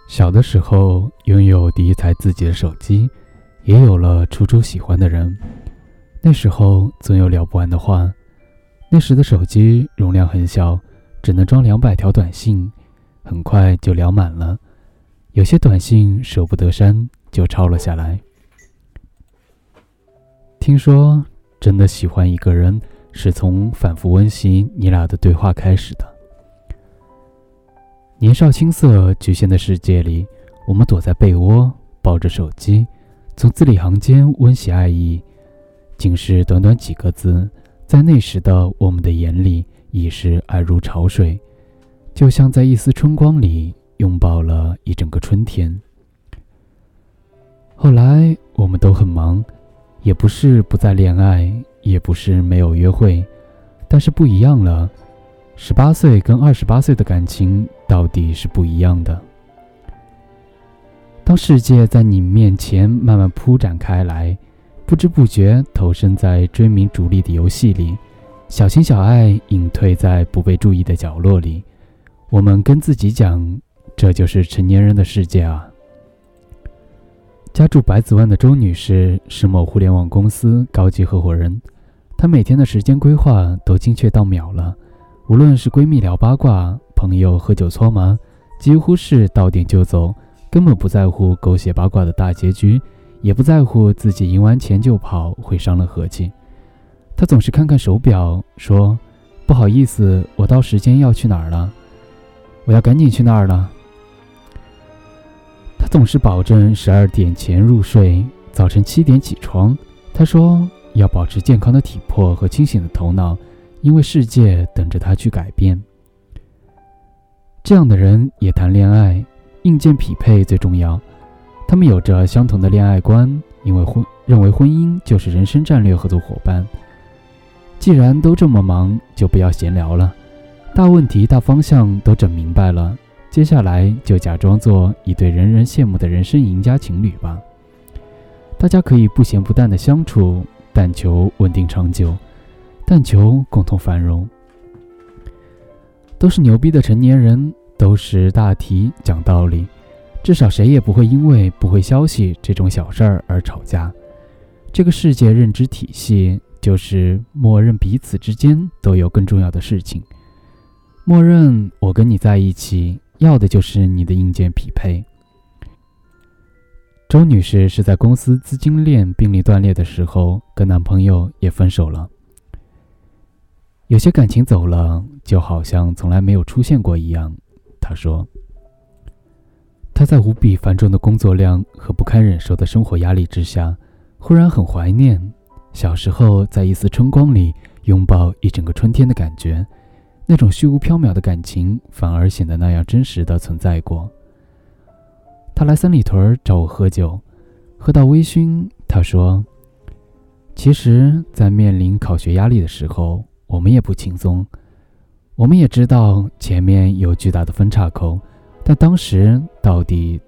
小的时候拥有第一台自己的手机，也有了初初喜欢的人。那时候总有聊不完的话。那时的手机容量很小，只能装200条短信，很快就聊满了。有些短信舍不得删，就抄了下来。听说真的喜欢一个人，是从反复温习你俩的对话开始的。年少青涩局限的世界里，我们躲在被窝，抱着手机，从字里行间温习爱意。仅是短短几个字，在那时的我们的眼里已是爱如潮水，就像在一丝春光里拥抱了一整个春天。后来我们都很忙，也不是不再恋爱，也不是没有约会，但是不一样了。18岁跟28岁的感情到底是不一样的。当世界在你面前慢慢铺展开来，不知不觉投身在追名逐利的游戏里，小情小爱隐退在不被注意的角落里，我们跟自己讲，这就是成年人的世界啊。家住百子湾的周女士是某互联网公司高级合伙人，她每天的时间规划都精确到秒了，无论是闺蜜聊八卦，朋友喝酒搓麻，几乎是到点就走，根本不在乎狗血八卦的大结局，也不在乎自己赢完钱就跑会伤了和气。她总是看看手表，说不好意思，我到时间要去哪儿了，我要赶紧去那儿了。她总是保证12点前入睡，早晨7点起床。她说要保持健康的体魄和清醒的头脑，因为世界等着她去改变。这样的人也谈恋爱，硬件匹配最重要。他们有着相同的恋爱观，因为认为婚姻就是人生战略合作伙伴。既然都这么忙，就不要闲聊了，大问题大方向都整明白了，接下来就假装做一对人人羡慕的人生赢家情侣吧。大家可以不咸不淡的相处，但求稳定长久，但求共同繁荣。都是牛逼的成年人，都识大体讲道理，至少谁也不会因为不回消息这种小事儿而吵架。这个世界认知体系就是默认彼此之间都有更重要的事情，默认我跟你在一起要的就是你的硬件匹配。周女士是在公司资金链濒临断裂的时候跟男朋友也分手了。有些感情走了，就好像从来没有出现过一样，她说。她在无比繁重的工作量和不堪忍受的生活压力之下，忽然很怀念小时候在一丝春光里拥抱一整个春天的感觉，那种虚无缥缈的感情反而显得那样真实地存在过。她来三里屯找我喝酒，喝到微醺，她说，其实在面临考学压力的时候，我们也不轻松，我们也知道前面有巨大的分岔口，但当时到底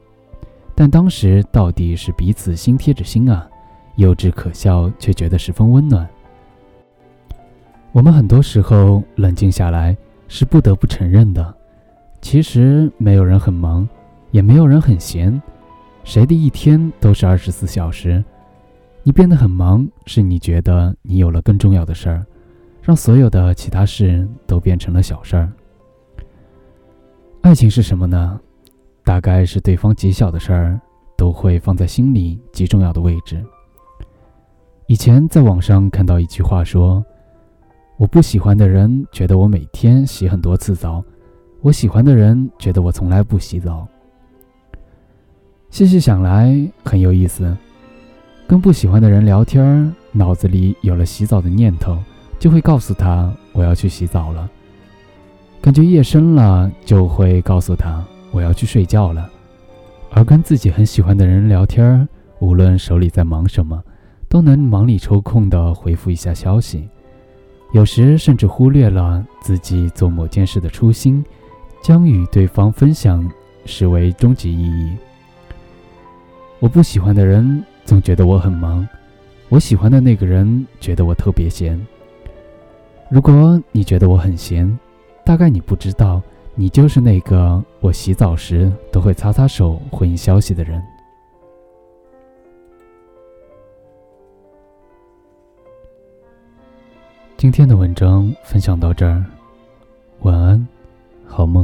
是彼此心贴着心啊，幼稚可笑，却觉得十分温暖。我们很多时候冷静下来是不得不承认的，其实没有人很忙，也没有人很闲，谁的一天都是24小时。你变得很忙，是你觉得你有了更重要的事儿，让所有的其他事都变成了小事儿。爱情是什么呢？大概是对方极小的事儿都会放在心里极重要的位置。以前在网上看到一句话说，我不喜欢的人觉得我每天洗很多次澡，我喜欢的人觉得我从来不洗澡。细细想来很有意思，跟不喜欢的人聊天，脑子里有了洗澡的念头，就会告诉他我要去洗澡了。感觉夜深了，就会告诉他我要去睡觉了。而跟自己很喜欢的人聊天，无论手里在忙什么，都能忙里抽空地回复一下消息，有时甚至忽略了自己做某件事的初心，将与对方分享视为终极意义。我不喜欢的人总觉得我很忙，我喜欢的那个人觉得我特别闲。如果你觉得我很闲，大概你不知道， 你就是那个我洗澡时都会擦擦手回应消息的人。今天的文章分享到这儿，晚安，好梦。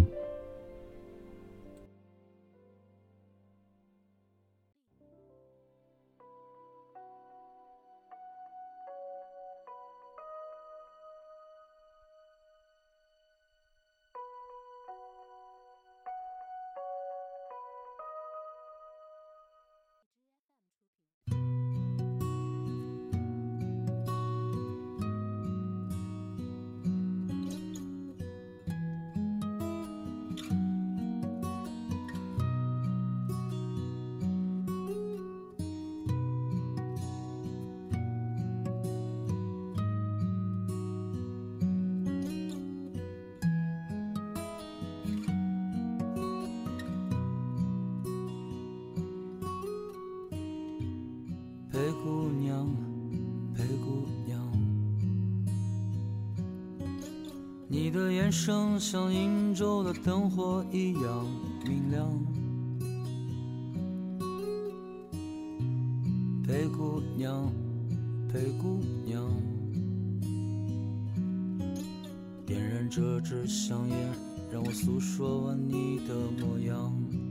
裴姑娘，裴姑娘，你的眼神像银州的灯火一样明亮。裴姑娘，裴姑娘，点燃这支香烟，让我诉说完你的模样。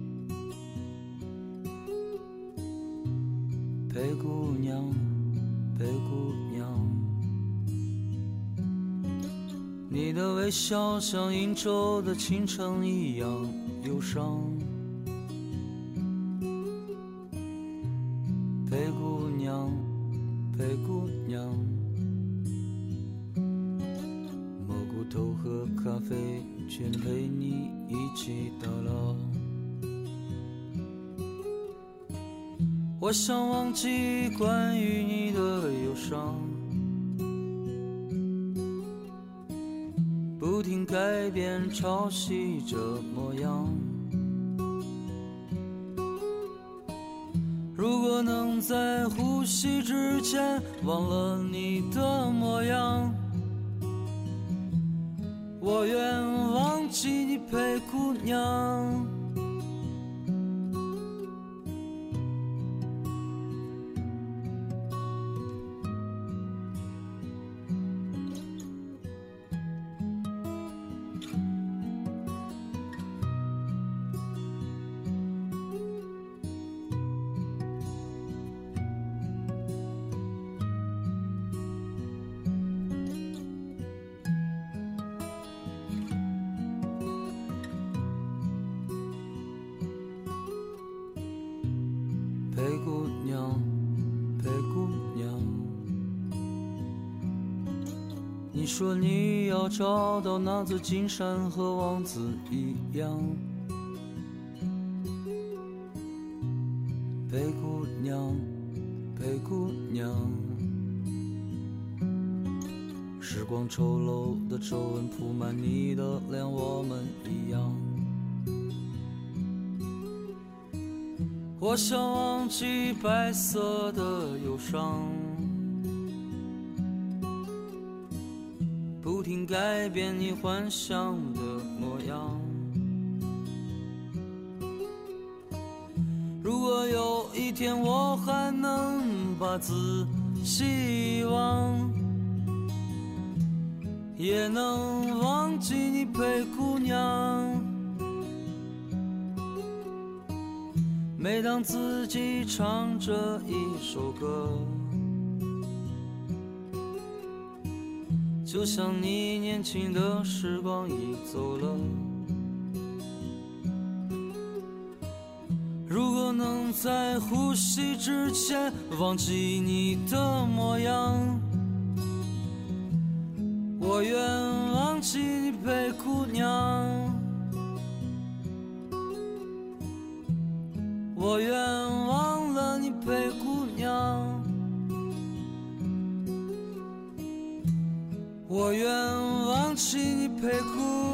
裴姑娘，裴姑娘，你的微笑像银州的清晨一样忧伤。裴姑娘，裴姑娘，蘑菇头和咖啡全陪你一起到老。我想忘记关于你的忧伤，不停改变潮汐着模样。如果能在呼吸之前忘了你的模样，我愿忘记你，裴姑娘。裴姑娘，裴姑娘，你说你要找到那座金山和王子一样。裴姑娘，裴姑娘，时光丑陋的皱纹铺满你的脸，我们一样。我想忘记白色的忧伤，不停改变你幻想的模样。如果有一天我还能把自己遗忘，也能忘记你，裴姑娘。每当自己唱着一首歌，就像你年轻的时光已走了。如果能在呼吸之前忘记你的模样，我愿忘记你，裴姑娘。我愿忘了你，裴姑娘。我愿忘记你，裴姑娘。